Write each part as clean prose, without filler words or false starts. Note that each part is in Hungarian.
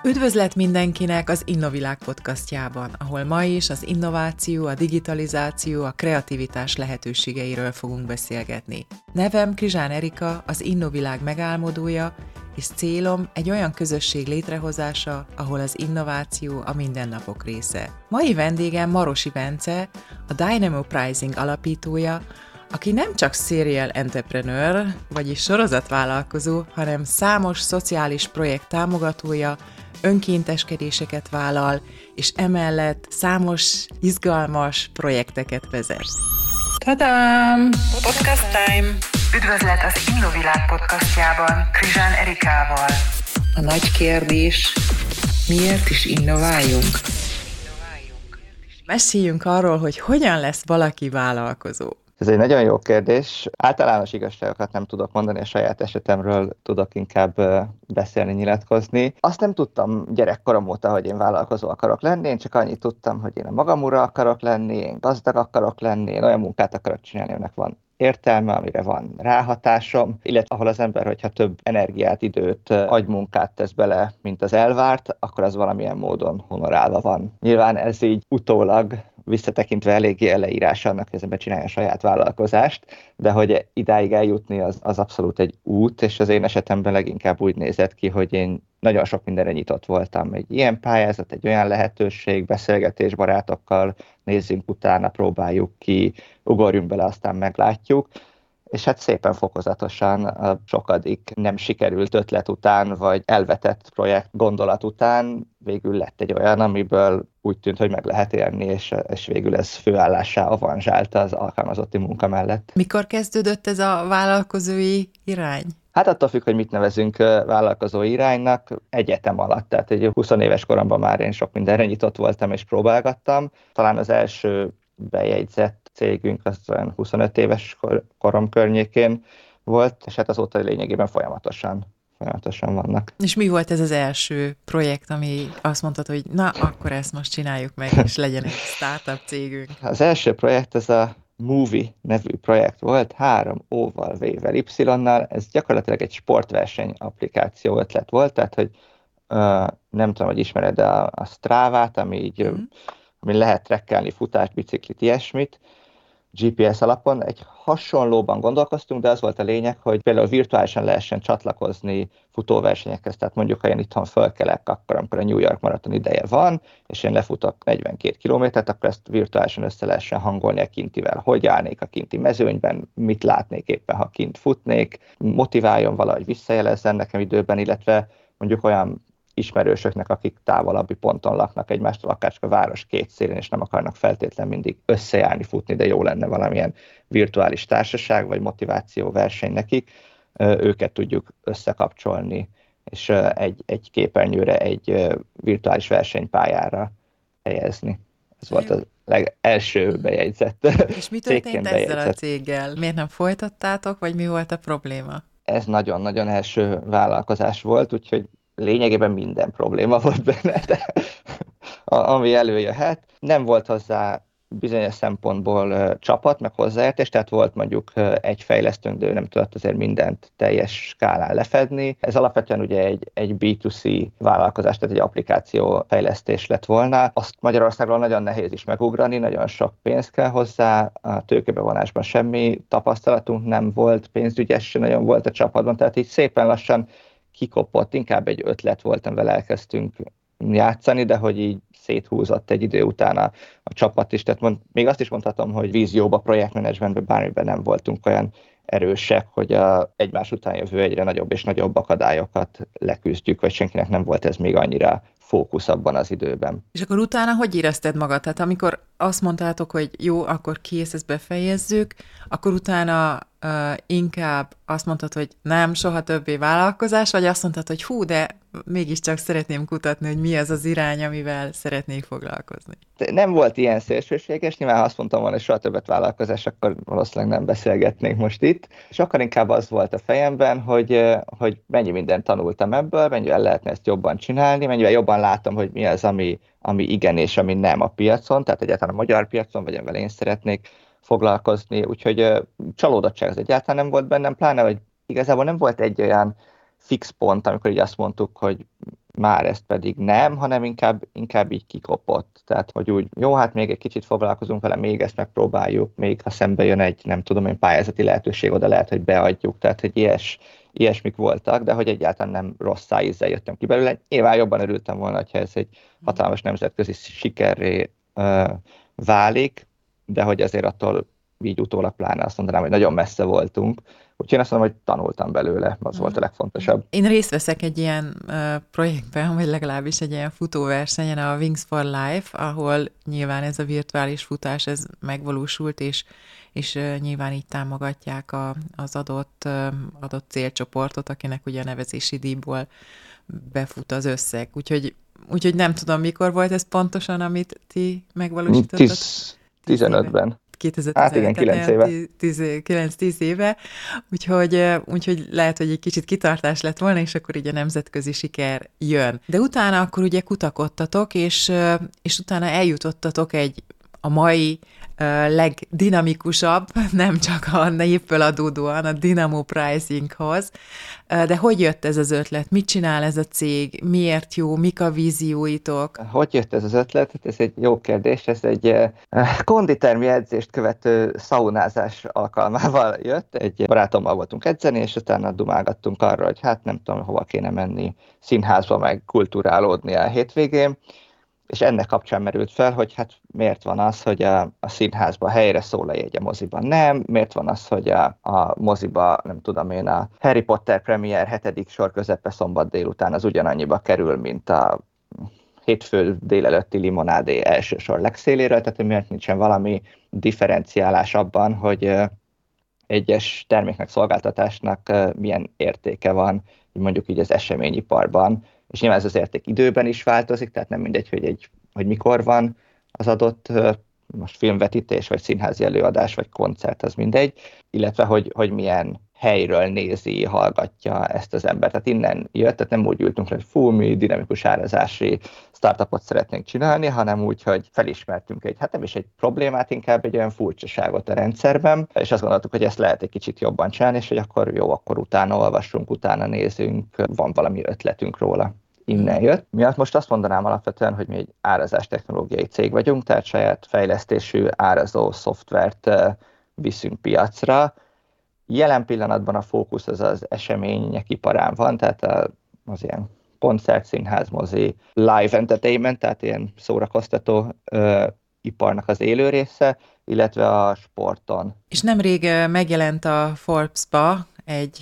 Üdvözlet mindenkinek az Innovilág podcastjában, ahol ma is az innováció, a digitalizáció, a kreativitás lehetőségeiről fogunk beszélgetni. Nevem Krizsán Erika, az Innovilág megálmodója, és célom egy olyan közösség létrehozása, ahol az innováció a mindennapok része. Mai vendégem Marosi Bence, a Dynamo Pricing alapítója, aki nem csak serial entrepreneur, vagyis sorozatvállalkozó, hanem számos szociális projekt támogatója, önkénteskedéseket vállal, és emellett számos izgalmas projekteket vezet. Tadám! Podcast time! Üdvözlet az Innovilág podcastjában Krizsán Erikával. A nagy kérdés, miért is innováljunk? Meséljünk arról, hogy hogyan lesz valaki vállalkozó. Ez egy nagyon jó kérdés. Általános igazságokat nem tudok mondani, a saját esetemről tudok inkább beszélni, nyilatkozni. Azt nem tudtam gyerekkorom óta, hogy én vállalkozó akarok lenni, én csak annyit tudtam, hogy én a magam ura akarok lenni, én gazdag akarok lenni, én olyan munkát akarok csinálni, aminek van értelme, amire van ráhatásom, illetve ahol az ember, hogyha több energiát, időt, agymunkát tesz bele, mint az elvárt, akkor az valamilyen módon honorálva van. Nyilván ez így utólag visszatekintve eléggé eleírás annak, hogy az ember csinálja a saját vállalkozást, de hogy idáig eljutni az abszolút egy út, és az én esetemben leginkább úgy nézett ki, hogy én nagyon sok mindenre nyitott voltam. Egy ilyen pályázat, egy olyan lehetőség, beszélgetés barátokkal, nézzünk utána, próbáljuk ki, ugorjunk bele, aztán meglátjuk. És hát szépen fokozatosan a sokadik nem sikerült ötlet után, vagy elvetett projekt gondolat után végül lett egy olyan, amiből úgy tűnt, hogy meg lehet élni, és végül ez főállássá avanzsálta az alkalmazotti munka mellett. Mikor kezdődött ez a vállalkozói irány? Hát attól függ, hogy mit nevezünk vállalkozó iránynak, egyetem alatt. Tehát egy 20 éves koromban már én sok mindenre nyitott voltam és próbálgattam. Talán az első bejegyzett cégünk az olyan 25 éves korom környékén volt, és hát azóta lényegében folyamatosan vannak. És mi volt ez az első projekt, ami azt mondtad, hogy na, akkor ezt most csináljuk meg, és legyen egy startup cégünk? Az első projekt ez a Movie nevű projekt volt, 3 O-val, V-vel, Y-nal. Ez gyakorlatilag egy sportverseny applikáció ötlet volt, tehát hogy nem tudom, hogy ismered a Strávát, ami lehet trekkelni futást, biciklit, ilyesmit, GPS alapon. Egy hasonlóban gondolkoztunk, de az volt a lényeg, hogy például virtuálisan lehessen csatlakozni futóversenyekhez. Tehát mondjuk, ha én itthon fölkelek, akkor amikor a New York maraton ideje van, és én lefutok 42 kilométert, akkor ezt virtuálisan össze lehessen hangolni a kintivel. Hogy állnék a kinti mezőnyben, mit látnék éppen, ha kint futnék, motiváljon valahogy, visszajelezzen nekem időben, illetve mondjuk olyan ismerősöknek, akik távolabbi ponton laknak egymástól, akár csak a város két szélén, és nem akarnak feltétlenül mindig összejárni, futni, de jó lenne valamilyen virtuális társaság, vagy motiváció verseny nekik, őket tudjuk összekapcsolni, és egy képernyőre, egy virtuális versenypályára helyezni. Ez volt az legelső bejegyzett. És mi történt ezzel a céggel? Miért nem folytattátok, vagy mi volt a probléma? Ez nagyon-nagyon első vállalkozás volt, úgyhogy lényegében minden probléma volt benne, de ami előjöhet. Nem volt hozzá bizonyos szempontból csapat, meg hozzáértés, tehát volt mondjuk egy fejlesztőnk, de ő nem tudott azért mindent teljes skálán lefedni. Ez alapvetően ugye egy B2C vállalkozás, tehát egy applikáció fejlesztés lett volna. Azt Magyarországról nagyon nehéz is megugrani, nagyon sok pénz kell hozzá, a tőkebevonásban semmi tapasztalatunk nem volt, pénzügyes sem nagyon volt a csapatban, tehát így szépen lassan kikopott, inkább egy ötlet volt, amivel elkezdtünk játszani, de hogy így széthúzott egy idő után a csapat is. Tehát még azt is mondhatom, hogy vízióba, projektmenedzsmentben, bármiben nem voltunk olyan erősek, hogy egymás után jövő egyre nagyobb és nagyobb akadályokat leküzdjük, vagy senkinek nem volt ez még annyira fókusz abban az időben. És akkor utána hogy érezted magad? Tehát amikor azt mondtátok, hogy jó, akkor kész, ezt befejezzük, akkor utána inkább azt mondtad, hogy nem, soha többé vállalkozás, vagy azt mondtad, hogy hú, de mégiscsak szeretném kutatni, hogy mi az az irány, amivel szeretnék foglalkozni. Nem volt ilyen szélsőséges, nyilván azt mondtam volna, hogy soha többet vállalkozás, akkor valószínűleg nem beszélgetnénk most itt. Sokkal inkább az volt a fejemben, hogy mennyi mindent tanultam ebből, mennyivel lehetne ezt jobban csinálni, mennyivel jobban látom, hogy mi az, ami igen és ami nem a piacon, tehát egyáltalán a magyar piacon, vagy amivel én szeretnék foglalkozni, úgyhogy csalódottság az egyáltalán nem volt bennem, pláne, hogy igazából nem volt egy olyan fix pont, amikor így azt mondtuk, hogy már ezt pedig nem, hanem inkább így kikopott. Tehát, hogy úgy, jó, hát még egy kicsit foglalkozunk vele, még ezt megpróbáljuk, még ha szembe jön egy, nem tudom én, pályázati lehetőség, oda lehet, hogy beadjuk. Tehát, hogy ilyesmik voltak, de hogy egyáltalán nem rossz szájízzel jöttem ki belőle. Nyilván jobban örültem volna, hogyha ez egy hatalmas nemzetközi sikerré válik, de hogy azért attól így utólag pláne azt mondanám, hogy nagyon messze voltunk. Úgyhogy én azt mondom, hogy tanultam belőle, az volt a legfontosabb. Én részt veszek egy ilyen projektben, vagy legalábbis egy ilyen futóversenyen, a Wings for Life, ahol nyilván ez a virtuális futás, ez megvalósult, és nyilván így támogatják az adott célcsoportot, akinek ugye a nevezési díjból befut az összeg. Úgyhogy nem tudom, mikor volt ez pontosan, amit ti megvalósítottak? 15-ben. 2015, hát igen, 9 éve. 9-10 éve, úgyhogy lehet, hogy egy kicsit kitartás lett volna, és akkor így a nemzetközi siker jön. De utána akkor ugye kutakodtatok, és utána eljutottatok a mai legdinamikusabb, nem csak a névből adódóan, a Dynamo Pricinghoz. De hogy jött ez az ötlet? Mit csinál ez a cég? Miért jó? Mik a vízióitok? Hogy jött ez az ötlet? Ez egy jó kérdés. Ez egy konditermi edzést követő szaunázás alkalmával jött. Egy barátommal voltunk edzeni, és utána dumálgattunk arra, hogy hát nem tudom, hova kéne menni színházba, meg kulturálódni a hétvégén. És ennek kapcsán merült fel, hogy hát miért van az, hogy a színházban helyre szól a jegy, a moziban nem, miért van az, hogy a moziba, nem tudom én, a Harry Potter premier 7. sor közepe szombat délután az ugyanannyiba kerül, mint a hétfő délelőtti limonádé első sor legszéléről, tehát miért nincsen valami differenciálás abban, hogy egyes terméknek, szolgáltatásnak milyen értéke van, mondjuk így az eseményiparban, és nyilván ez az érték időben is változik, tehát nem mindegy, hogy mikor van az adott most filmvetítés, vagy színházi előadás, vagy koncert, az mindegy, illetve hogy milyen helyről nézi, hallgatja ezt az embert. Tehát innen jött, tehát nem úgy ültünk le, hogy fú, mi dinamikus árazási startupot szeretnénk csinálni, hanem úgy, hogy felismertünk hát nem is egy problémát, inkább egy olyan furcsaságot a rendszerben, és azt gondoltuk, hogy ezt lehet egy kicsit jobban csinálni, és hogy akkor jó, akkor utána olvassunk, utána nézünk, van valami ötletünk róla. Innen jött. Miatt most azt mondanám alapvetően, hogy mi egy árazás technológiai cég vagyunk, tehát saját fejlesztésű árazó szoftvert viszünk piacra. Jelen pillanatban a fókusz az események iparán van, tehát az ilyen koncert, színház, mozi, live entertainment, tehát ilyen szórakoztató iparnak az élő része, illetve a sporton. És nemrég megjelent a Forbes-ba egy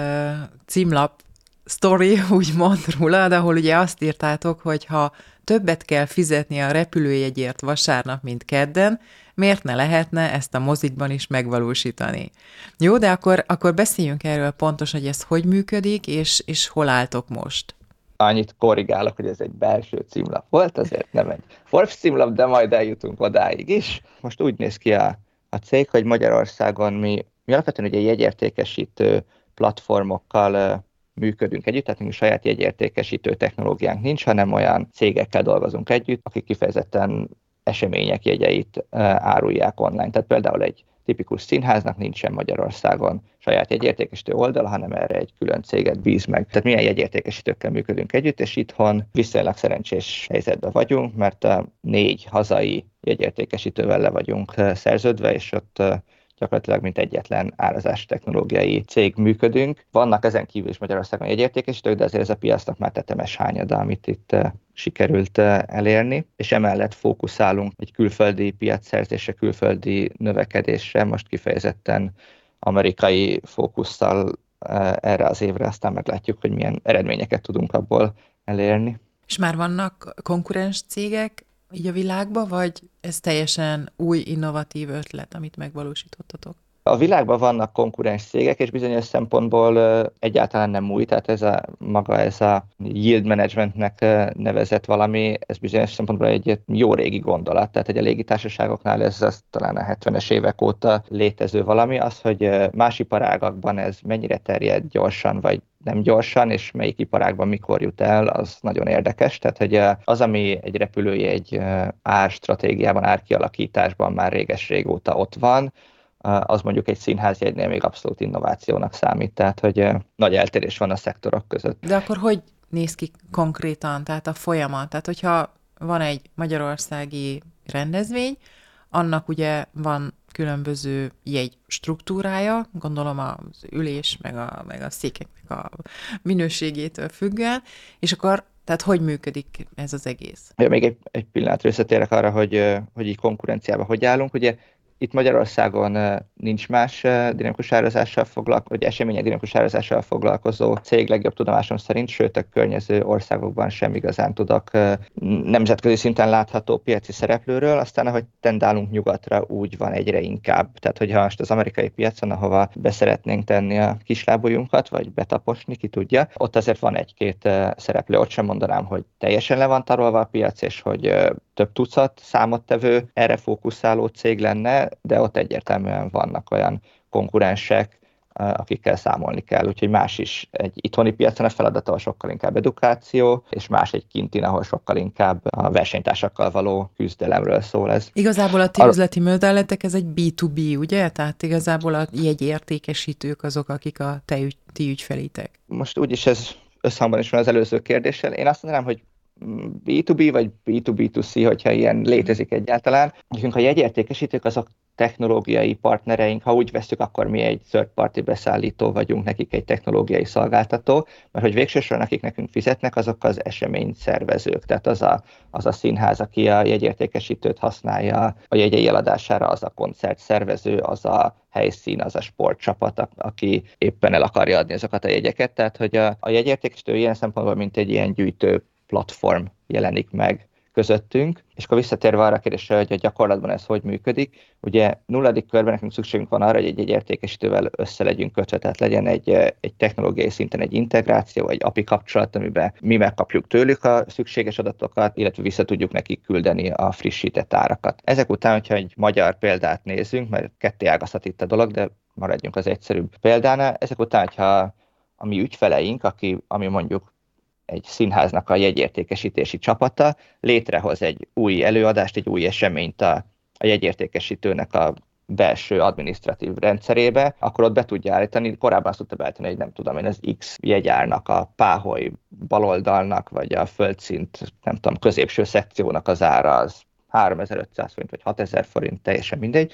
címlap sztori, úgymond rólad, ahol ugye azt írtátok, hogy ha többet kell fizetni a repülőjegyért vasárnap, mint kedden, miért ne lehetne ezt a mozikban is megvalósítani? Jó, de akkor beszéljünk erről pontosan, hogy ez hogy működik, és hol álltok most? Annyit korrigálok, hogy ez egy belső címlap volt, azért nem egy Forbes címlap, de majd eljutunk odáig is. Most úgy néz ki a cég, hogy Magyarországon mi alapvetően ugye jegyértékesítő platformokkal működünk együtt, tehát nekünk saját jegyértékesítő technológiánk nincs, hanem olyan cégekkel dolgozunk együtt, akik kifejezetten események jegyeit árulják online. Tehát például egy tipikus színháznak nincsen Magyarországon saját jegyértékesítő oldala, hanem erre egy külön céget bíz meg. Tehát milyen jegyértékesítőkkel működünk együtt, és itthon viszonylag szerencsés helyzetben vagyunk, mert 4 hazai jegyértékesítővel le vagyunk szerződve, és ott gyakorlatilag mint egyetlen árazás technológiai cég működünk. Vannak ezen kívül is Magyarországon jegyértékesítők, de azért ez a piacnak már tetemes hányada, amit itt sikerült elérni, és emellett fókuszálunk egy külföldi piacszerzésre, külföldi növekedésre, most kifejezetten amerikai fókusszal erre az évre, aztán meglátjuk, hogy milyen eredményeket tudunk abból elérni. És már vannak konkurens cégek így a világban, vagy ez teljesen új, innovatív ötlet, amit megvalósítottatok? A világban vannak konkurens cégek, és bizonyos szempontból egyáltalán nem új, tehát ez a yield managementnek nevezett valami, ez bizonyos szempontból egy jó régi gondolat, tehát egy a légitársaságoknál ez talán a 70-es évek óta létező valami, az, hogy más iparágakban ez mennyire terjed gyorsan, vagy nem gyorsan, és melyik iparágban mikor jut el, az nagyon érdekes. Tehát, hogy az, ami egy repülőjegy árstratégiában, árkialakításban már réges-régóta ott van, az mondjuk egy színházjegynél még abszolút innovációnak számít. Tehát, hogy nagy eltérés van a szektorok között. De akkor néz ki konkrétan, tehát a folyamat? Tehát, hogyha van egy magyarországi rendezvény, annak ugye van különböző jegy struktúrája, gondolom az ülés, meg a székeknek a minőségétől függően, és akkor, tehát hogy működik ez az egész? Még egy pillanatra visszatérek arra, hogy így konkurenciában hogy állunk. Ugye itt Magyarországon nincs más dinamikus árazással vagy események dinamikus árazással foglalkozó cég legjobb tudomásom szerint, sőt a környező országokban sem igazán tudok nemzetközi szinten látható piaci szereplőről. Aztán, ahogy tendálunk nyugatra, úgy van egyre inkább. Tehát, hogyha most az amerikai piacon, ahova beszeretnénk tenni a kislábujjunkat, vagy betaposni, ki tudja, ott azért van egy-két szereplő. Ott sem mondanám, hogy teljesen le van tarolva a piac, és hogy több tucat számottevő erre fókuszáló cég lenne, de ott egyértelműen vannak olyan konkurensek, akikkel számolni kell. Úgyhogy más is egy itthoni piacon a feladata, ahol sokkal inkább edukáció, és más egy kintin, ahol sokkal inkább a versenytársakkal való küzdelemről szól ez. Igazából a ti üzleti modelletek, ez egy B2B, ugye? Tehát igazából a jegyértékesítők azok, akik a ti ügyfelitek. Most úgyis ez összhangban is van az előző kérdéssel. Én azt mondanám, hogy B2B vagy B2B2C, hogyha ilyen létezik egyáltalán. Nekünk a jegyértékesítők azok technológiai partnereink, ha úgy veszük, akkor mi egy third party beszállító vagyunk, nekik egy technológiai szolgáltató, mert hogy végső soron akik nekünk fizetnek, azok az eseményszervezők, tehát az a színház, aki a jegyértékesítőt használja a jegyei eladására, az a koncertszervező, az a helyszín, az a sportcsapat, aki éppen el akarja adni azokat a jegyeket, tehát hogy a jegyértékesítő ilyen szempontból, mint egy ilyen gyűjtő platform jelenik meg közöttünk, és akkor visszatérve arra a kérdésre, hogy a gyakorlatban ez hogy működik, ugye nulladik körben nekünk szükségünk van arra, hogy egy értékesítővel össze legyünk kötve, tehát legyen egy technológiai szinten egy integráció, egy API kapcsolat, amiben mi megkapjuk tőlük a szükséges adatokat, illetve vissza tudjuk nekik küldeni a frissített árakat. Ezek után, hogyha egy magyar példát nézzünk, mert ketté ágazhat itt a dolog, de maradjunk az egyszerűbb példánál, ezek után, hogyha a mi ügyfeleink, ami mondjuk egy színháznak a jegyértékesítési csapata létrehoz egy új előadást, egy új eseményt a jegyértékesítőnek a belső adminisztratív rendszerébe, akkor ott be tudja állítani, korábban azt tudta beállítani, hogy nem tudom én, az X jegyárnak a páholy baloldalnak, vagy a földszint, nem tudom, középső szekciónak az ára az 3500 forint, vagy 6000 forint, teljesen mindegy.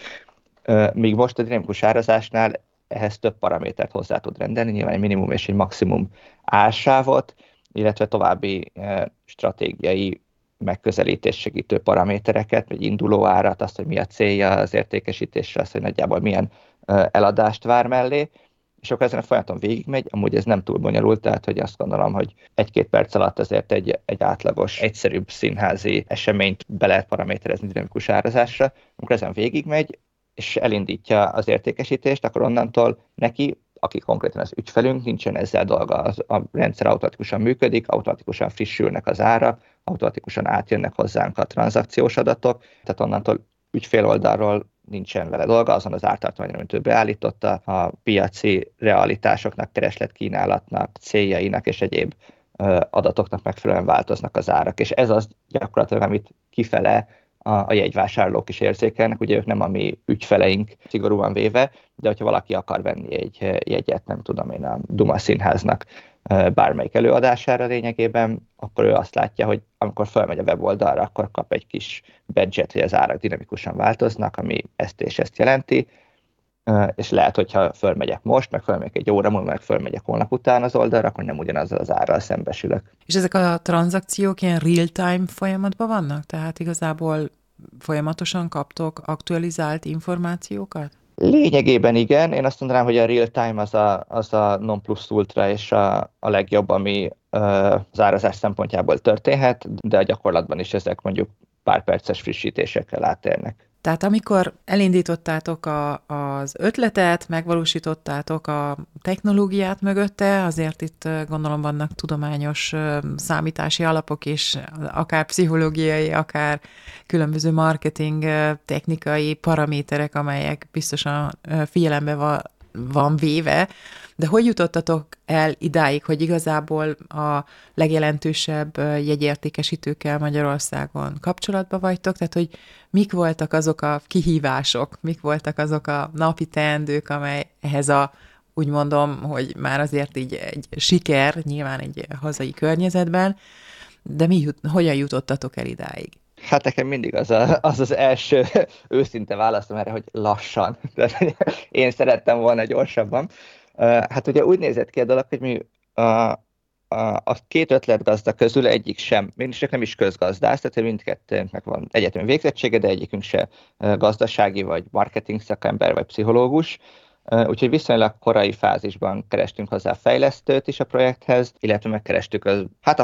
Míg most a dinamikus árazásnál ehhez több paramétert hozzá tud rendelni, nyilván egy minimum és egy maximum ársávot, illetve további stratégiai megközelítés segítő paramétereket, vagy induló árat, azt, hogy mi a célja az értékesítésre, azt, hogy nagyjából milyen eladást vár mellé, és akkor ezen a folyamaton végigmegy, amúgy ez nem túl bonyolult, tehát hogy azt gondolom, hogy 1-2 perc alatt azért egy átlagos, egyszerűbb színházi eseményt be lehet paraméterezni dinamikus árazásra, amikor ezen végigmegy, és elindítja az értékesítést, akkor onnantól neki, aki konkrétan az ügyfelünk, nincsen ezzel dolga, a rendszer automatikusan működik, automatikusan frissülnek az árak, automatikusan átjönnek hozzánk a tranzakciós adatok, tehát onnantól ügyfél oldalról nincsen vele dolga, azon az ártartományon, amit ő beállította, a piaci realitásoknak, keresletkínálatnak, céljainak és egyéb adatoknak megfelelően változnak az árak. És ez az gyakorlatilag, amit kifele a jegyvásárlók is érzékelnek, ugye ők nem a mi ügyfeleink szigorúan véve, de hogyha valaki akar venni egy jegyet, nem tudom én, a Duma Színháznak bármelyik előadására lényegében, akkor ő azt látja, hogy amikor felmegy a weboldalra, akkor kap egy kis badge-et, hogy az árak dinamikusan változnak, ami ezt és ezt jelenti, és lehet, hogyha fölmegyek most, meg fölmegyek egy óra múlva, meg fölmegyek holnap után az oldalra, akkor nem ugyanazzal az árral szembesülök. És ezek a tranzakciók ilyen real-time folyamatban vannak? Tehát igazából folyamatosan kaptok aktualizált információkat? Lényegében igen. Én azt mondanám, hogy a real-time az a non plus ultra és a legjobb, ami az árazás szempontjából történhet, de a gyakorlatban is ezek mondjuk pár perces frissítésekkel átérnek. Tehát amikor elindítottátok az ötletet, megvalósítottátok a technológiát mögötte, azért itt gondolom vannak tudományos számítási alapok is, akár pszichológiai, akár különböző marketing technikai paraméterek, amelyek biztosan figyelembe van véve, de hogy jutottatok el idáig, hogy igazából a legjelentősebb jegyértékesítőkkel Magyarországon kapcsolatban vagytok? Tehát, hogy mik voltak azok a kihívások, mik voltak azok a napi teendők, amely ehhez a úgy mondom, hogy már azért így egy siker, nyilván egy hazai környezetben, de hogyan jutottatok el idáig? Hát nekem mindig az első őszinte válaszom erre, hogy lassan. Tehát én szerettem volna gyorsabban. Hát ugye úgy nézett ki a dolog, hogy mi a két ötletgazda közül egyik sem, mégis nem is közgazdász, tehát mindkettőnknek van egyetemi végzettsége, de egyikünk se gazdasági, vagy marketing szakember, vagy pszichológus. Úgyhogy viszonylag korai fázisban kerestünk hozzá fejlesztőt is a projekthez, illetve megkerestük a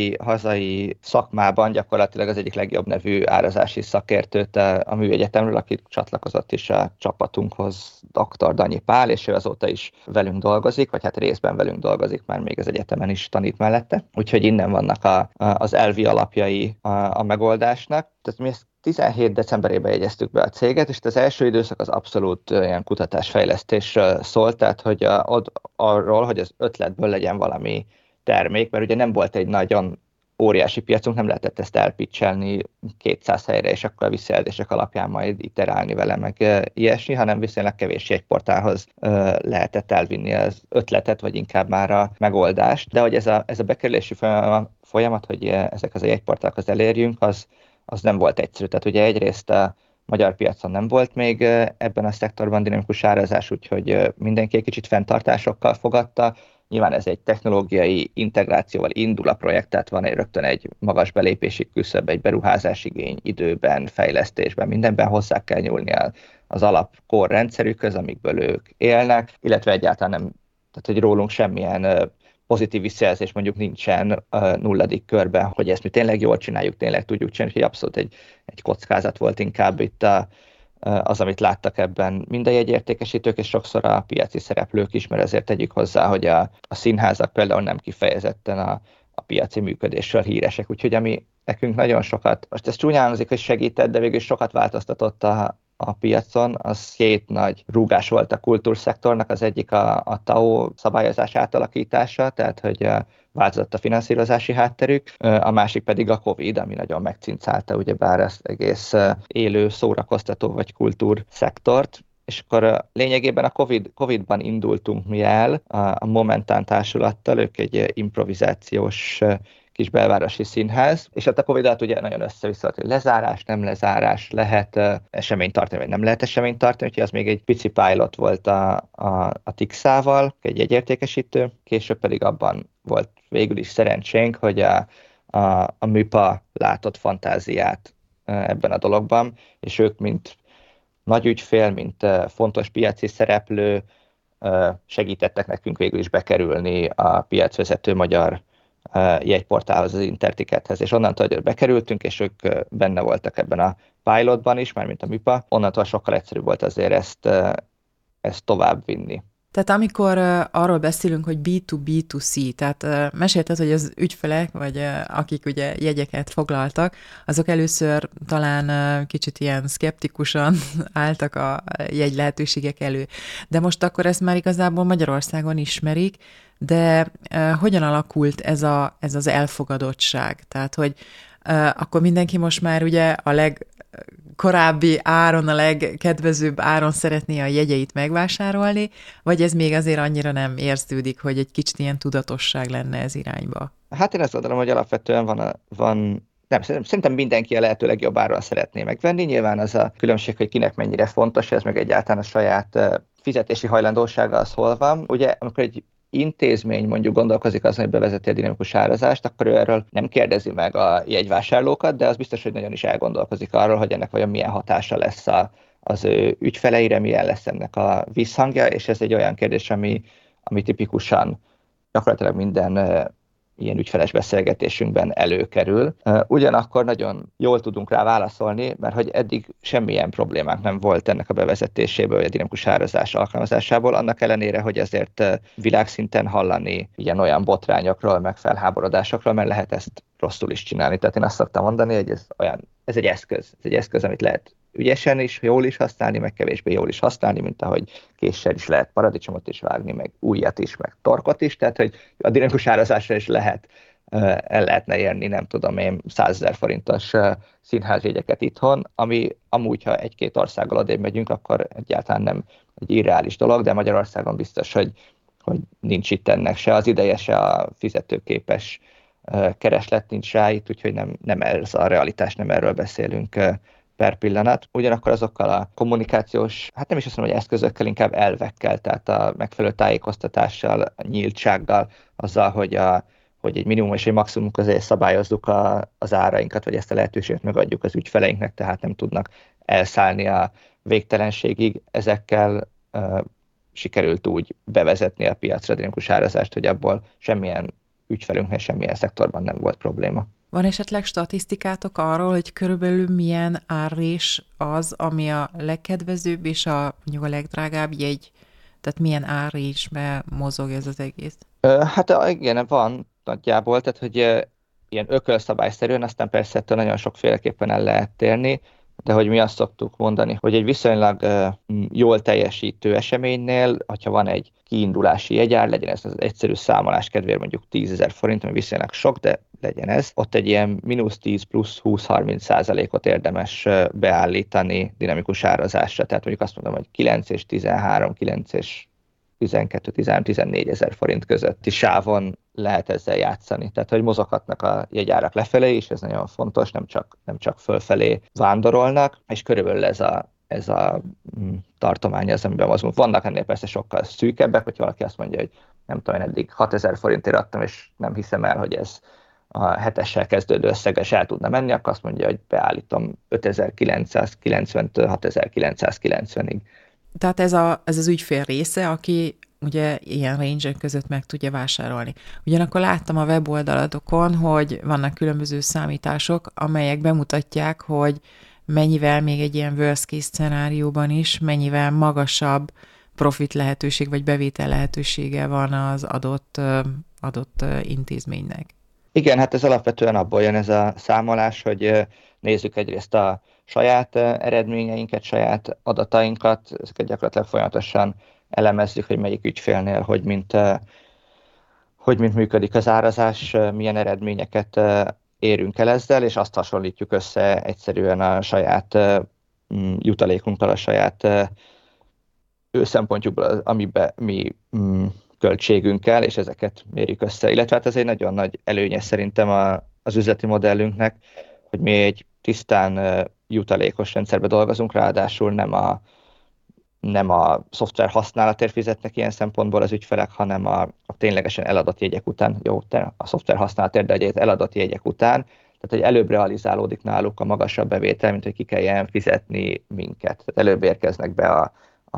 hazai szakmában gyakorlatilag az egyik legjobb nevű árazási szakértőt a műegyetemről, aki csatlakozott is a csapatunkhoz, dr. Danyi Pál, és ő azóta is velünk dolgozik, vagy hát részben velünk dolgozik, már még az egyetemen is tanít mellette. Úgyhogy innen vannak az elvi alapjai a megoldásnak. Tehát mi ezt 17 decemberében jegyeztük be a céget, és az első időszak az abszolút ilyen kutatásfejlesztésről szólt, tehát hogy arról, hogy az ötletből legyen valami termék, mert ugye nem volt egy nagyon óriási piacunk, nem lehetett ezt elpitchelni 200 helyre, és akkor a visszajelzések alapján majd iterálni vele, meg ilyesmi, hanem viszonylag kevés jegyportálhoz lehetett elvinni az ötletet, vagy inkább már a megoldást. De hogy ez a bekerülési folyamat, hogy ezekhez a jegyportálhoz elérjünk, az nem volt egyszerű. Tehát ugye egyrészt a magyar piacon nem volt még ebben a szektorban dinamikus árazás, úgyhogy mindenki egy kicsit fenntartásokkal fogadta. Nyilván ez egy technológiai integrációval indul a projekt, tehát van rögtön egy magas belépési küszöb, egy beruházásigény időben, fejlesztésben, mindenben hozzá kell nyúlni az alapkor rendszerükhöz, amikből ők élnek, illetve egyáltalán nem, tehát hogy rólunk semmilyen pozitív visszajelzés mondjuk nincsen nulladik körben, hogy ezt mi tényleg jól csináljuk, tényleg tudjuk csinálni, hogy abszolút egy kockázat volt inkább itt az, amit láttak ebben minden jegyértékesítők, és sokszor a piaci szereplők is, mert azért tegyük hozzá, hogy a színházak például nem kifejezetten a piaci működésről híresek, úgyhogy ami nekünk nagyon sokat, most ez csúnyán hangzik, hogy segített, de végül sokat változtatott a piacon, az két nagy rúgás volt a kultúrszektornak, az egyik a TAO szabályozás átalakítása, tehát hogy változott a finanszírozási hátterük, a másik pedig a Covid, ami nagyon megcincálta ugyebár ezt egész élő szórakoztató vagy kultúrszektort. És akkor lényegében a Covid-ban indultunk mi el a Momentán társulattal, ők egy improvizációs kis belvárosi színház, és hát a Covid alatt ugye nagyon össze-vissza, hogy lezárás, nem lezárás, lehet eseményt tartani, vagy nem lehet eseményt tartani, úgyhogy az még egy pici pilot volt a Tixával, egy jegyértékesítő, később pedig abban volt végül is szerencsénk, hogy a MIPA látott fantáziát ebben a dologban, és ők mint nagy ügyfél, mint fontos piaci szereplő segítettek nekünk végül is bekerülni a piacvezető magyar jegyportálhoz, az Intertickethez, és onnantól, hogy bekerültünk, és ők benne voltak ebben a pilotban is, mármint a MIPA, onnantól sokkal egyszerűbb volt azért ezt tovább vinni. Tehát amikor arról beszélünk, hogy B2B2C, tehát mesélted, hogy az ügyfelek, vagy akik ugye jegyeket foglaltak, azok először talán kicsit ilyen szkeptikusan álltak a jegy lehetőségek elő. De most akkor ezt már igazából Magyarországon ismerik, de hogyan alakult ez az elfogadottság? Tehát, hogy akkor mindenki most már ugye a legkorábbi áron, a legkedvezőbb áron szeretné a jegyeit megvásárolni, vagy ez még azért annyira nem érződik, hogy egy kicsit ilyen tudatosság lenne ez irányba? Hát én azt gondolom, hogy alapvetően szerintem mindenki a lehető legjobb áron szeretné megvenni. Nyilván az a különbség, hogy kinek mennyire fontos, ez meg egyáltalán a saját fizetési hajlandósága az hol van. Ugye, amikor egy intézmény mondjuk gondolkozik azon, hogy bevezeti a dinamikus árazást, akkor ő erről nem kérdezi meg a jegyvásárlókat, de az biztos, hogy nagyon is elgondolkozik arról, hogy ennek vajon milyen hatása lesz az ő ügyfeleire, milyen lesz ennek a visszhangja, és ez egy olyan kérdés, ami tipikusan gyakorlatilag minden ilyen ügyfeles beszélgetésünkben előkerül. Ugyanakkor nagyon jól tudunk rá válaszolni, mert hogy eddig semmilyen problémánk nem volt ennek a bevezetéséből, vagy a dinamikus árazás alkalmazásából, annak ellenére, hogy azért világszinten hallani ilyen-olyan botrányokról, meg felháborodásokról, mert lehet ezt rosszul is csinálni. Tehát én azt szoktam mondani, hogy ez egy eszköz, amit lehet ügyesen is, jól is használni, meg kevésbé jól is használni, mint ahogy késsel is lehet paradicsomot is vágni, meg ujjat is, meg torkot is, tehát hogy a dinamikus árazásra is lehet el lehetne érni, nem tudom én, 100 000 forintos színházjegyeket itthon, ami amúgy, ha egy-két országgal odébb megyünk, akkor egyáltalán nem egy irreális dolog, de Magyarországon biztos, hogy nincs itt ennek se az ideje, se a fizetőképes kereslet nincs rá itt, úgyhogy nem ez a realitás, nem erről beszélünk per pillanat. Ugyanakkor azokkal a kommunikációs, hát nem is azt mondom, hogy eszközökkel, inkább elvekkel, tehát a megfelelő tájékoztatással, a nyíltsággal, azzal, hogy egy minimum és egy maximum közé szabályozzuk az árainkat, vagy ezt a lehetőséget megadjuk az ügyfeleinknek, tehát nem tudnak elszállni a végtelenségig. Ezekkel sikerült úgy bevezetni a piacra dinamikus árazást, hogy abból semmilyen ügyfelünknek semmilyen szektorban nem volt probléma. Van esetleg statisztikátok arról, hogy körülbelül milyen árrés az, ami a legkedvezőbb és a legdrágább jegy? Tehát milyen árrésbe mozog ez az egész? Hát igen, van nagyjából, tehát hogy ilyen ökölszabályszerűen, aztán persze ettől nagyon sokféleképpen el lehet térni, de hogy mi azt szoktuk mondani, hogy egy viszonylag jól teljesítő eseménynél, hogyha van egy kiindulási jegyár, legyen ez az egyszerű számolás kedvéért mondjuk 10 000 forint, ami viszonylag sok, de legyen ez, ott egy ilyen -10 plusz 20-30%-ot érdemes beállítani dinamikus árazásra. Tehát mondjuk azt mondom, hogy 9 és 13, 9 és 12-14 000 forint közötti sávon lehet ezzel játszani. Tehát, hogy mozoghatnak a jegyárak lefelé is, ez nagyon fontos, nem csak fölfelé vándorolnak, és körülbelül ez a tartomány az, amiben mozgunk. Vannak ennél persze sokkal szűkebbek, hogy valaki azt mondja, hogy nem tudom, én eddig 6 000 forintért adtam, és nem hiszem el, hogy ez a 7-essel kezdődő összeges el tudna menni, akkor azt mondja, hogy beállítom 5990-től 6990-ig. Tehát ez az ügyfél része, aki ugye ilyen range között meg tudja vásárolni. Ugyanakkor láttam a weboldalatokon, hogy vannak különböző számítások, amelyek bemutatják, hogy mennyivel még egy ilyen worst case szenárióban is, mennyivel magasabb profit lehetőség vagy bevétel lehetősége van az adott intézménynek. Igen, hát ez alapvetően abból jön ez a számolás, hogy nézzük egyrészt a saját eredményeinket, saját adatainkat, ezeket gyakorlatilag folyamatosan elemezzük, hogy melyik ügyfélnél, hogy mint működik az árazás, milyen eredményeket érünk el ezzel, és azt hasonlítjuk össze egyszerűen a saját jutalékunkkal, a saját ő szempontjukból, amiben mi költségünkkel, és ezeket mérjük össze. Illetve hát ez egy nagyon nagy előnye szerintem az üzleti modellünknek, hogy mi egy tisztán jutalékos rendszerbe dolgozunk, ráadásul nem a szoftver használatért fizetnek ilyen szempontból az ügyfelek, hanem a ténylegesen eladott jegyek után, jó, a szoftver használatért, de egy eladott jegyek után, tehát hogy előbb realizálódik náluk a magasabb bevétel, mint hogy ki kelljen fizetni minket. Tehát előbb érkeznek be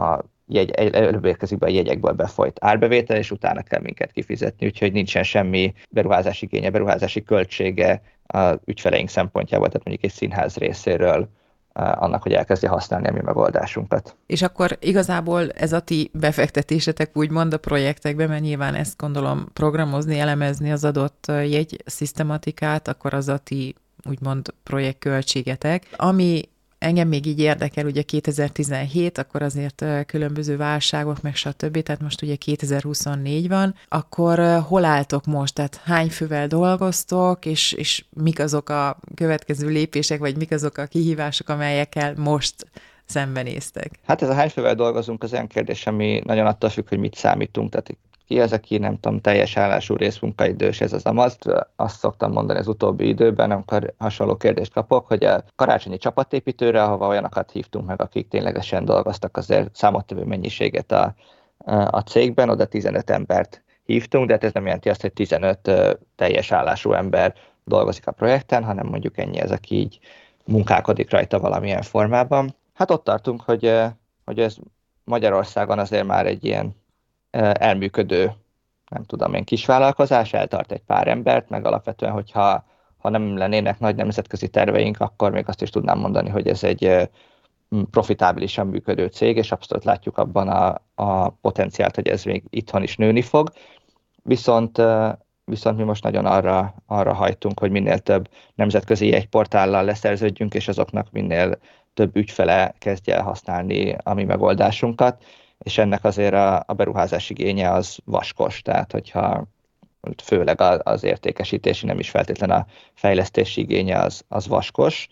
előbb érkezik be a jegyekből befolyt árbevétel, és utána kell minket kifizetni, úgyhogy nincsen semmi beruházási igénye, beruházási költsége az ügyfeleink szempontjából, tehát mondjuk egy színház részéről annak, hogy elkezdje használni a mi megoldásunkat. És akkor igazából ez a ti befektetésetek úgymond a projektekbe, mert nyilván ezt gondolom programozni, elemezni az adott jegy szisztematikát, akkor az a ti úgymond projektköltségetek. Ami engem még így érdekel, ugye 2017, akkor azért különböző válságok, meg stb., tehát most ugye 2024 van, akkor hol álltok most, tehát hány fővel dolgoztok, és mik azok a következő lépések, vagy mik azok a kihívások, amelyekkel most szembenéztek? Hát ez a hány fővel dolgozunk, az olyan kérdés, ami nagyon attól függ, hogy mit számítunk, tehát ki az, aki nem tudom, teljes állású részmunkaidős, ez az amaz. Azt szoktam mondani az utóbbi időben, amikor hasonló kérdést kapok, hogy a karácsonyi csapatépítőre, ahova olyanokat hívtunk meg, akik ténylegesen dolgoztak azért számottevő mennyiséget a cégben, oda 15 embert hívtunk, de hát ez nem jelenti azt, hogy 15 teljes állású ember dolgozik a projekten, hanem mondjuk ennyi ez, aki így munkálkodik rajta valamilyen formában. Hát ott tartunk, hogy ez Magyarországon azért már egy ilyen elműködő, nem tudom én, kisvállalkozás, eltart egy pár embert, meg alapvetően, hogyha nem lennének nagy nemzetközi terveink, akkor még azt is tudnám mondani, hogy ez egy profitábilisan működő cég, és abszolút látjuk abban a potenciált, hogy ez még itthon is nőni fog. Viszont mi most nagyon arra hajtunk, hogy minél több nemzetközi jegyportállal leszerződjünk, és azoknak minél több ügyfele kezdje el használni a mi megoldásunkat, és ennek azért a beruházás igénye az vaskos, tehát hogyha főleg az értékesítési, nem is feltétlen a fejlesztési igénye az vaskos.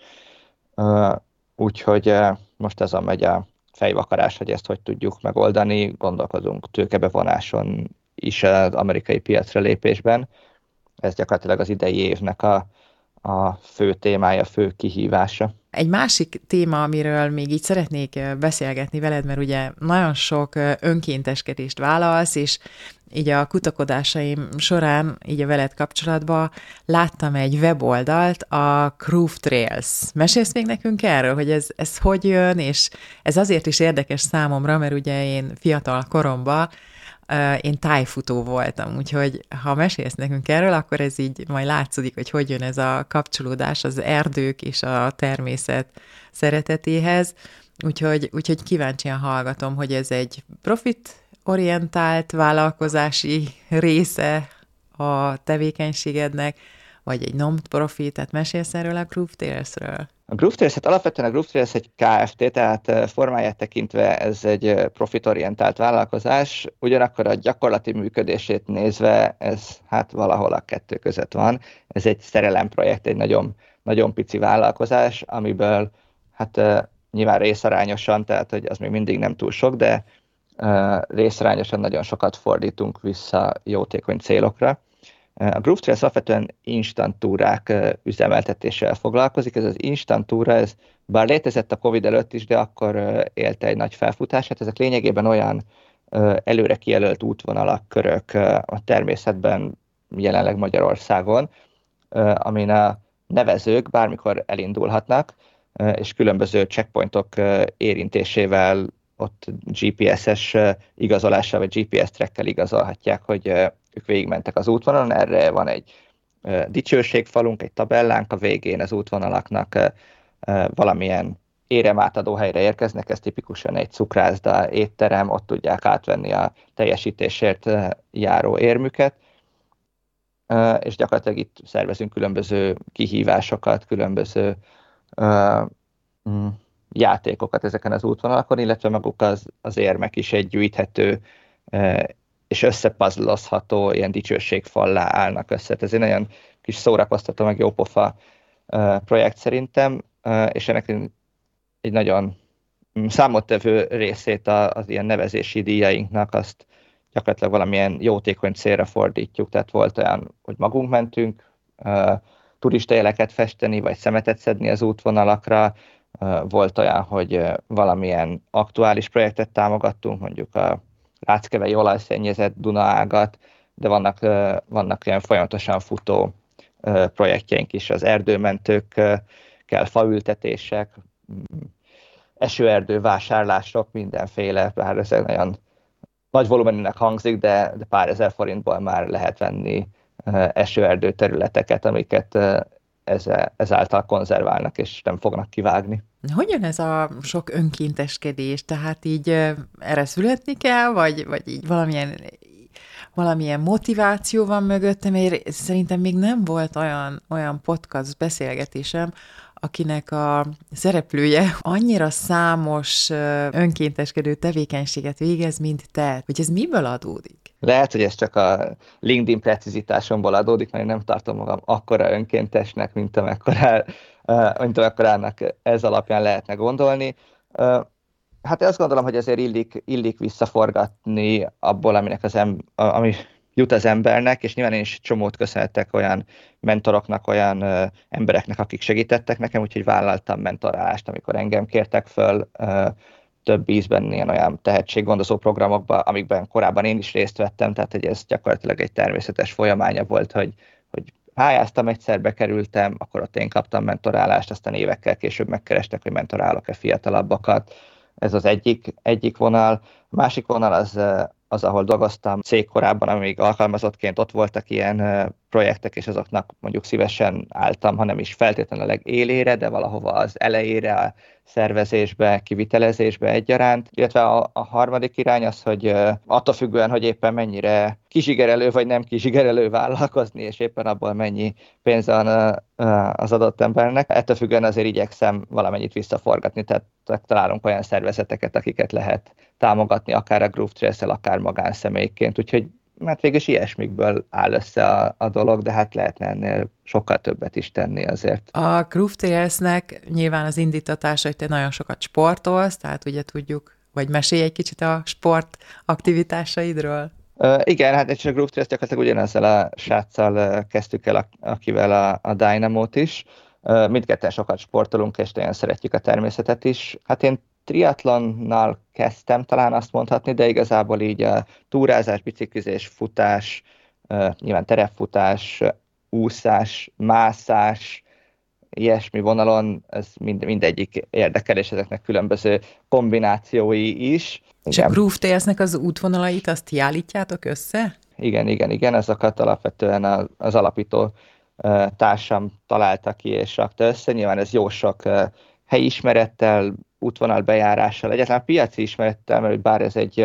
Úgyhogy most azon megy a fejvakarás, hogy ezt hogy tudjuk megoldani, gondolkozunk tőkebevonáson is az amerikai piacra lépésben. Ez gyakorlatilag az idei évnek a fő témája, fő kihívása. Egy másik téma, amiről még így szeretnék beszélgetni veled, mert ugye nagyon sok önkénteskedést vállalsz, és így a kutakodásaim során, így a veled kapcsolatban láttam egy weboldalt, a Groove Trails. Mesélsz még nekünk erről, hogy ez hogy jön, és ez azért is érdekes számomra, mert ugye én fiatal koromban én tájfutó voltam, úgyhogy ha mesélsz nekünk erről, akkor ez így majd látszódik, hogy jön ez a kapcsolódás az erdők és a természet szeretetéhez, úgyhogy kíváncsian hallgatom, hogy ez egy profitorientált vállalkozási része a tevékenységednek, vagy egy non-profit, tehát mesélsz erről a Groove Trails-ről? A Groove Trails, hát alapvetően a Groove Trails egy Kft., tehát formáját tekintve ez egy profitorientált vállalkozás, ugyanakkor a gyakorlati működését nézve ez hát valahol a kettő között van. Ez egy szerelemprojekt, egy nagyon, nagyon pici vállalkozás, amiből hát nyilván részarányosan, tehát hogy az még mindig nem túl sok, de részarányosan nagyon sokat fordítunk vissza jótékony célokra. A Groove Trails alapvetően instantúrák üzemeltetéssel foglalkozik. Ez az instantúra, ez bár létezett a Covid előtt is, de akkor élte egy nagy felfutását. Ezek lényegében olyan előre kijelölt útvonalak, körök a természetben, jelenleg Magyarországon, amin a nevezők bármikor elindulhatnak, és különböző checkpointok érintésével, ott GPS-es igazolással, vagy GPS trackkel igazolhatják, hogy ők végigmentek az útvonalon. Erre van egy dicsőségfalunk, egy tabellánk a végén az útvonalaknak, valamilyen éremátadó helyre érkeznek, ez tipikusan egy cukrászda, étterem, ott tudják átvenni a teljesítésért járó érmüket, és gyakorlatilag itt szervezünk különböző kihívásokat, különböző játékokat ezeken az útvonalakon, illetve maguk az érmek is egy gyűjthető és összepuzzlozható ilyen dicsőségfallá állnak össze. Ez egy nagyon kis szórakoztató, meg jópofa projekt szerintem, és ennek egy nagyon számottevő részét az ilyen nevezési díjainknak azt gyakorlatilag valamilyen jótékony célra fordítjuk. Tehát volt olyan, hogy magunk mentünk turistajeleket festeni, vagy szemetet szedni az útvonalakra, volt olyan, hogy valamilyen aktuális projektet támogattunk, mondjuk a Ráckevei olajszennyezett Dunaágat, de vannak ilyen folyamatosan futó projektjeink is, az erdőmentőkkel, faültetések, esőerdő vásárlások, mindenféle, bár ez nagyon nagy volumenűnek hangzik, de pár ezer forintból már lehet venni esőerdő területeket, amiket ezáltal konzerválnak, és nem fognak kivágni. Hogyan ez a sok önkénteskedés? Tehát így erre születni kell, vagy így valamilyen motiváció van mögötte, mert szerintem még nem volt olyan podcast beszélgetésem, akinek a szereplője annyira számos önkénteskedő tevékenységet végez, mint te. Hogy ez miből adódik? Lehet, hogy ez csak a LinkedIn precizitásomból adódik, mert én nem tartom magam akkora önkéntesnek, mint amekkorának ez alapján lehetne gondolni. Hát azt gondolom, hogy azért illik visszaforgatni abból, ami jut az embernek, és nyilván én is csomót köszönhetek olyan mentoroknak, olyan embereknek, akik segítettek nekem, úgyhogy vállaltam mentorálást, amikor engem kértek föl több ízben ilyen olyan tehetséggondozó programokba, amikben korábban én is részt vettem, tehát hogy ez gyakorlatilag egy természetes folyamánya volt, hogy pályáztam, egyszer bekerültem, akkor ott én kaptam mentorálást, aztán évekkel később megkerestek, hogy mentorálok-e fiatalabbakat. Ez az egyik vonal. A másik vonal az, ahol dolgoztam cég korábban, amíg alkalmazottként ott voltak ilyen projektek, és azoknak mondjuk szívesen álltam, hanem is feltétlenül a legélére, de valahova az elejére, a szervezésbe, kivitelezésbe egyaránt. Illetve a harmadik irány az, hogy attól függően, hogy éppen mennyire kizsigerelő vagy nem kizsigerelő vállalkozni, és éppen abból mennyi pénz van az adott embernek, ettől függően azért igyekszem valamennyit visszaforgatni, tehát találunk olyan szervezeteket, akiket lehet támogatni, akár a Groove Trails-el, akár magánszemélyként. Úgyhogy mert végülis ilyesmikből áll össze a dolog, de hát lehetne ennél sokkal többet is tenni azért. A Groove Tales-nek nyilván az indítatása, hogy te nagyon sokat sportolsz, tehát ugye tudjuk, vagy mesélj egy kicsit a sport aktivitásaidról. Igen, hát és a Groove Tales gyakorlatilag ugyanezzel a sráccal kezdtük el, akivel a Dynamo-t is. Mindketten sokat sportolunk, és nagyon szeretjük a természetet is. Hát én triatlonnal kezdtem, talán azt mondhatni, de igazából így a túrázás, biciklizés, futás, nyilván terepfutás, úszás, mászás, ilyesmi vonalon, ez mindegyik érdekel, és ezeknek különböző kombinációi is. És a Groove Tales-nek az útvonalait, azt ti állítjátok össze? Igen, azokat alapvetően az alapító társam találta ki és rakta össze. Nyilván ez jó sok helyismerettel, útvonalbejárással, egyáltalán piaci ismerettel, mert bár ez egy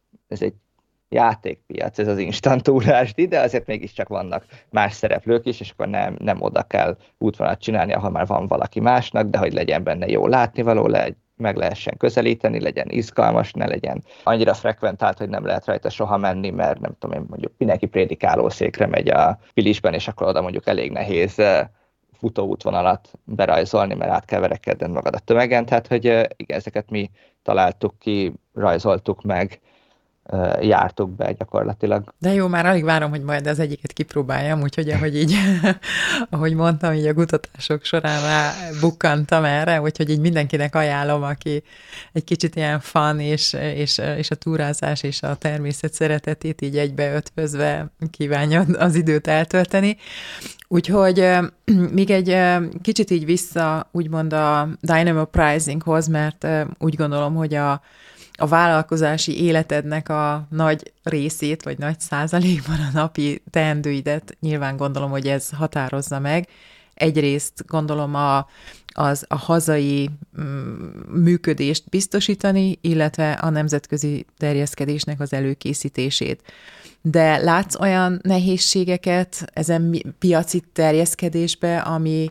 játékpiac, ez az instantúrás, de azért mégiscsak vannak más szereplők is, és akkor nem oda kell útvonalat csinálni, ahol már van valaki másnak, de hogy legyen benne jó látnivaló, meg lehessen közelíteni, legyen izgalmas, ne legyen annyira frekventált, hogy nem lehet rajta soha menni, mert nem tudom én, mondjuk mindenki prédikálószékre megy a Pilisben, és akkor oda mondjuk elég nehéz futóútvonalat berajzolni, mert át kell verekedned magad a tömegen, tehát hogy igen, ezeket mi találtuk ki, rajzoltuk meg, jártuk be gyakorlatilag. De jó, már alig várom, hogy majd az egyiket kipróbáljam, úgyhogy ahogy így, ahogy mondtam, így a kutatások során rá bukkantam erre, úgyhogy így mindenkinek ajánlom, aki egy kicsit ilyen fun, és a túrázás és a természet szeretetét így egybeötvözve kívánja az időt eltölteni. Úgyhogy még egy kicsit így vissza, úgymond a Dynamo Pricinghoz, mert úgy gondolom, hogy a vállalkozási életednek a nagy részét, vagy nagy százalékban a napi teendőidet nyilván gondolom, hogy ez határozza meg. Egyrészt gondolom a hazai működést biztosítani, illetve a nemzetközi terjeszkedésnek az előkészítését. De látsz olyan nehézségeket ezen piaci terjeszkedésbe,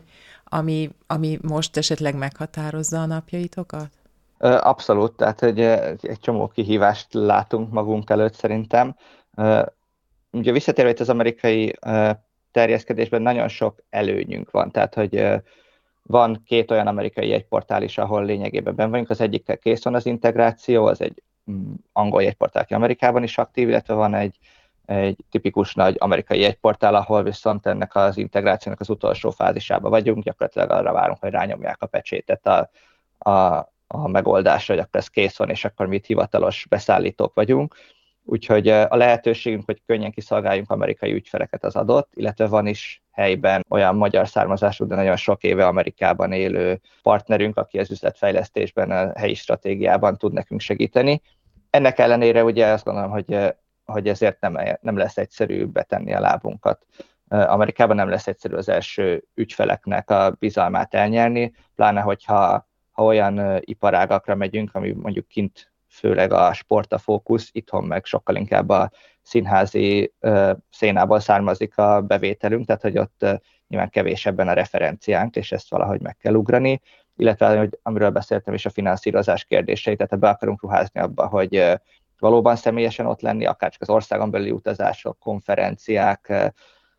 ami most esetleg meghatározza a napjaitokat? Abszolút, tehát egy csomó kihívást látunk magunk előtt szerintem. Ugye visszatérve itt az amerikai terjeszkedésben nagyon sok előnyünk van, tehát hogy van két olyan amerikai jegyportál is, ahol lényegében benn vagyunk, az egyikkel kész van az integráció, az egy angol jegyportál, aki Amerikában is aktív, illetve van egy tipikus nagy amerikai jegyportál, ahol viszont ennek az integrációnak az utolsó fázisában vagyunk, gyakorlatilag arra várunk, hogy rányomják a pecsétet a megoldásra, hogy akkor ez kész van, és akkor mi itt hivatalos beszállítók vagyunk. Úgyhogy a lehetőségünk, hogy könnyen kiszolgáljunk amerikai ügyfeleket, az adott, illetve van is helyben olyan magyar származású, de nagyon sok éve Amerikában élő partnerünk, aki az üzletfejlesztésben, a helyi stratégiában tud nekünk segíteni. Ennek ellenére ugye azt gondolom, hogy ezért nem lesz egyszerű betenni a lábunkat. Amerikában nem lesz egyszerű az első ügyfeleknek a bizalmát elnyerni, pláne hogyha olyan iparágakra megyünk, ami mondjuk kint főleg a sport a fókusz, itthon meg sokkal inkább a színházi szénából származik a bevételünk, tehát hogy ott nyilván kevésebben a referenciánk, és ezt valahogy meg kell ugrani, illetve amiről beszéltem is, a finanszírozás kérdései, tehát be akarunk ruházni abba, hogy valóban személyesen ott lenni, akár csak az országon belüli utazások, konferenciák,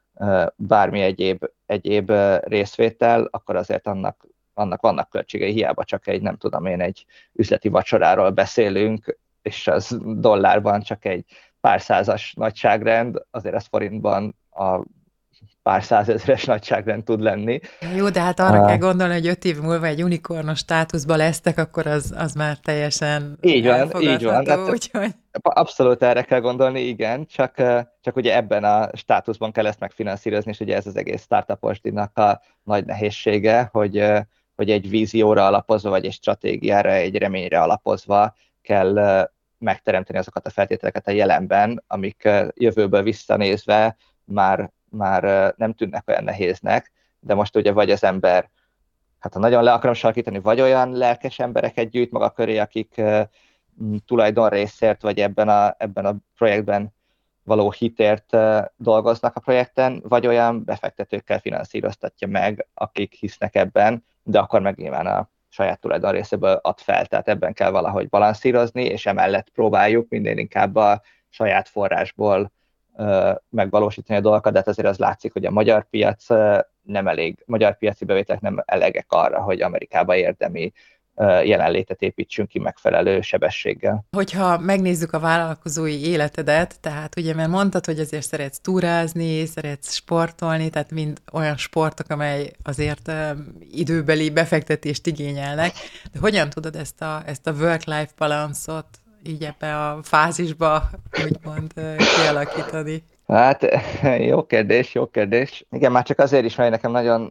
bármi egyéb részvétel, akkor azért annak vannak költségei, hiába csak egy üzleti vacsoráról beszélünk, és az dollárban csak egy pár százas nagyságrend, azért az forintban a pár százezeres nagyságrend tud lenni. Jó, de hát arra kell gondolni, hogy 5 év múlva egy unikornos státuszba lesztek, akkor az már teljesen elfogadható. Úgyhogy... Abszolút erre kell gondolni, igen, csak ugye ebben a státuszban kell ezt megfinanszírozni, és ugye ez az egész startuposdinak a nagy nehézsége, hogy egy vízióra alapozva, vagy egy stratégiára, egy reményre alapozva kell megteremteni azokat a feltételeket a jelenben, amik jövőből visszanézve már nem tűnnek olyan nehéznek, de most ugye vagy az ember, hát ha nagyon le akarom sarkítani, vagy olyan lelkes embereket gyűjt maga köré, akik tulajdonrészért, vagy ebben a projektben való hitért dolgoznak a projekten, vagy olyan befektetőkkel finanszíroztatja meg, akik hisznek ebben, de akkor meg nyilván a saját tulajdon részéből ad fel, tehát ebben kell valahogy balanszírozni, és emellett próbáljuk minél inkább a saját forrásból megvalósítani a dolgokat, de hát azért az látszik, hogy a magyar piac nem elég, magyar piaci bevételek nem elegek arra, hogy Amerikába érdemi jelenlétet építsünk ki megfelelő sebességgel. Hogyha megnézzük a vállalkozói életedet, tehát ugye, mert mondtad, hogy azért szeretsz túrázni, szeretsz sportolni, tehát mind olyan sportok, amely azért időbeli befektetést igényelnek, de hogyan tudod ezt a work-life balance-ot így ebbe a fázisba, úgymond kialakítani? Hát, jó kérdés. Igen, már csak azért is, mert nekem nagyon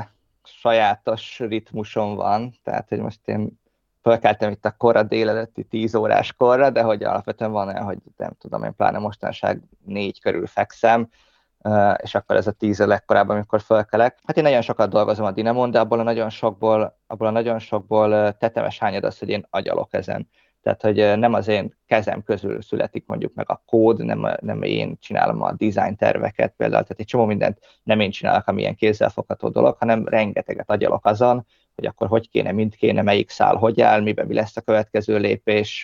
sajátos ritmusom van, tehát, hogy most én fölkeltem itt a kora délelőtti 10 órás korra, de hogy alapvetően van olyan, hogy nem tudom, én pláne mostanság 4 körül fekszem, és akkor ez a 10 a legkorábban, amikor fölkelek. Hát én nagyon sokat dolgozom a Dinamon, de abból a nagyon sokból tetemes hányad az, hogy én agyalok ezen. Tehát, hogy nem az én kezem közül születik mondjuk meg a kód, nem én csinálom a design terveket például, tehát egy csomó mindent nem én csinálok, ami ilyen kézzelfogható dolog, hanem rengeteget agyalok azon, hogy akkor hogy kéne, mint kéne, melyik szál hogy áll, mi lesz a következő lépés,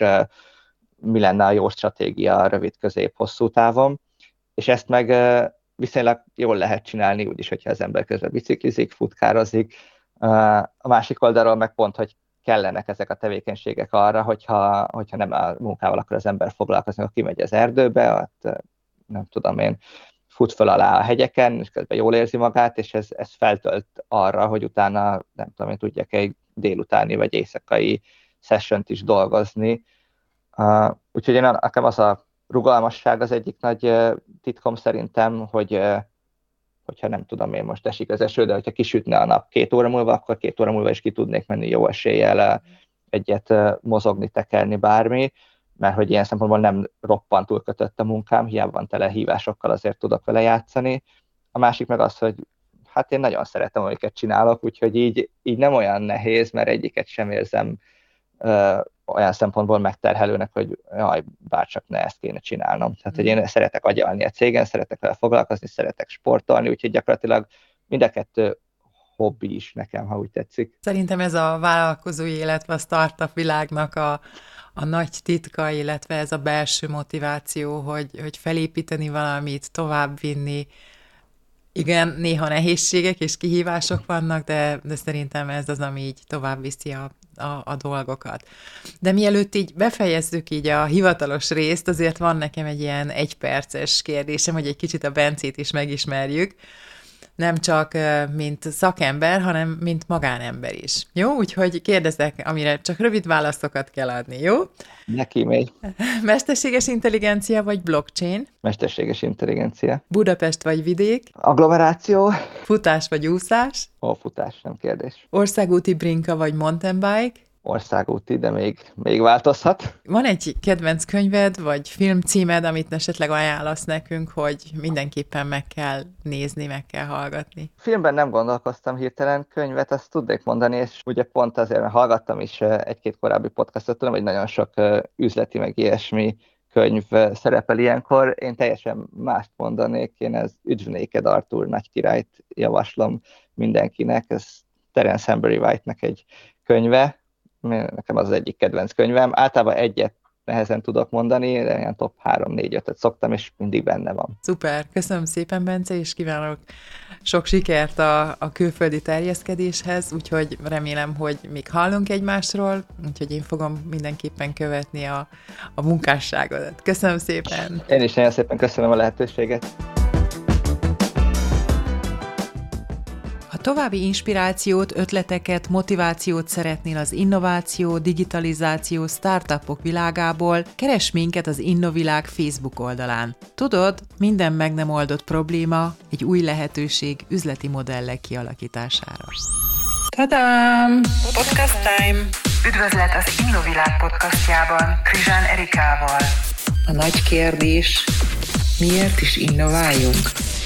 mi lenne a jó stratégia rövid, közép, hosszú távon. És ezt meg viszonylag jól lehet csinálni, úgyis, hogyha az ember közben biciklizik, futkározik. A másik oldalról meg pont, hogy kellenek ezek a tevékenységek arra, hogyha nem a munkával akar az ember foglalkozni, akkor kimegy az erdőbe, hát nem tudom én, fut föl alá a hegyeken, és közben jól érzi magát, és ez feltölt arra, hogy utána, nem tudom én, tudjak egy délutáni vagy éjszakai sessiont is dolgozni. Úgyhogy én nekem az a rugalmasság az egyik nagy titkom szerintem, hogyha nem tudom én, most esik az eső, de hogyha kisütne a nap 2 óra múlva, akkor 2 óra múlva is ki tudnék menni jó eséllyel egyet mozogni, tekerni, bármi, mert hogy ilyen szempontból nem roppantul kötött a munkám, hiába van tele hívásokkal, azért tudok vele játszani. A másik meg az, hogy hát én nagyon szeretem, amiket csinálok, úgyhogy így nem olyan nehéz, mert egyiket sem érzem olyan szempontból megterhelőnek, hogy jaj, bárcsak ne ezt kéne csinálnom. Tehát, hogy én szeretek agyalni a cégen, szeretek vele foglalkozni, szeretek sportolni, úgyhogy gyakorlatilag mind a kettő hobbi is nekem, ha úgy tetszik. Szerintem ez a vállalkozói élet, a startup világnak a nagy titka, illetve ez a belső motiváció, hogy felépíteni valamit, továbbvinni. Igen, néha nehézségek és kihívások vannak, de szerintem ez az, ami így tovább viszi a dolgokat. De mielőtt így befejezzük így a hivatalos részt, azért van nekem egy ilyen 1 perces kérdésem, hogy egy kicsit a Bencét is megismerjük. Nem csak mint szakember, hanem mint magánember is. Jó? Úgyhogy kérdezek, amire csak rövid válaszokat kell adni, jó? Neki megy. Mesterséges intelligencia vagy blockchain? Mesterséges intelligencia. Budapest vagy vidék? Agglomeráció. Futás vagy úszás? Futás, nem kérdés. Országúti brinka vagy mountain bike? Országúti, de még változhat. Van egy kedvenc könyved, vagy filmcímed, amit esetleg ajánlasz nekünk, hogy mindenképpen meg kell nézni, meg kell hallgatni? Filmben nem gondolkoztam hirtelen, könyvet azt tudnék mondani, és ugye pont azért, mert hallgattam is 1-2 korábbi podcastot, tudom, hogy nagyon sok üzleti, meg ilyesmi könyv szerepel ilyenkor. Én teljesen mást mondanék, én az Üdv néked, Arthur nagykirályt javaslom mindenkinek, ez Terence Henbury White-nek egy könyve, nekem az egyik kedvenc könyvem. Általában egyet nehezen tudok mondani, de ilyen top 3-4-5-öt szoktam, és mindig benne van. Szuper, köszönöm szépen, Bence, és kívánok sok sikert a külföldi terjeszkedéshez, úgyhogy remélem, hogy még hallunk egymásról, úgyhogy én fogom mindenképpen követni a munkásságodat. Köszönöm szépen! Én is nagyon szépen köszönöm a lehetőséget! Ha további inspirációt, ötleteket, motivációt szeretnél az innováció, digitalizáció, startupok világából, keresd minket az Innovilág Facebook oldalán. Tudod, minden meg nem oldott probléma egy új lehetőség üzleti modellek kialakítására. Tadám! Podcast time! Üdvözlet az Innovilág podcastjában Krizsán Erikával. A nagy kérdés, miért is innováljunk?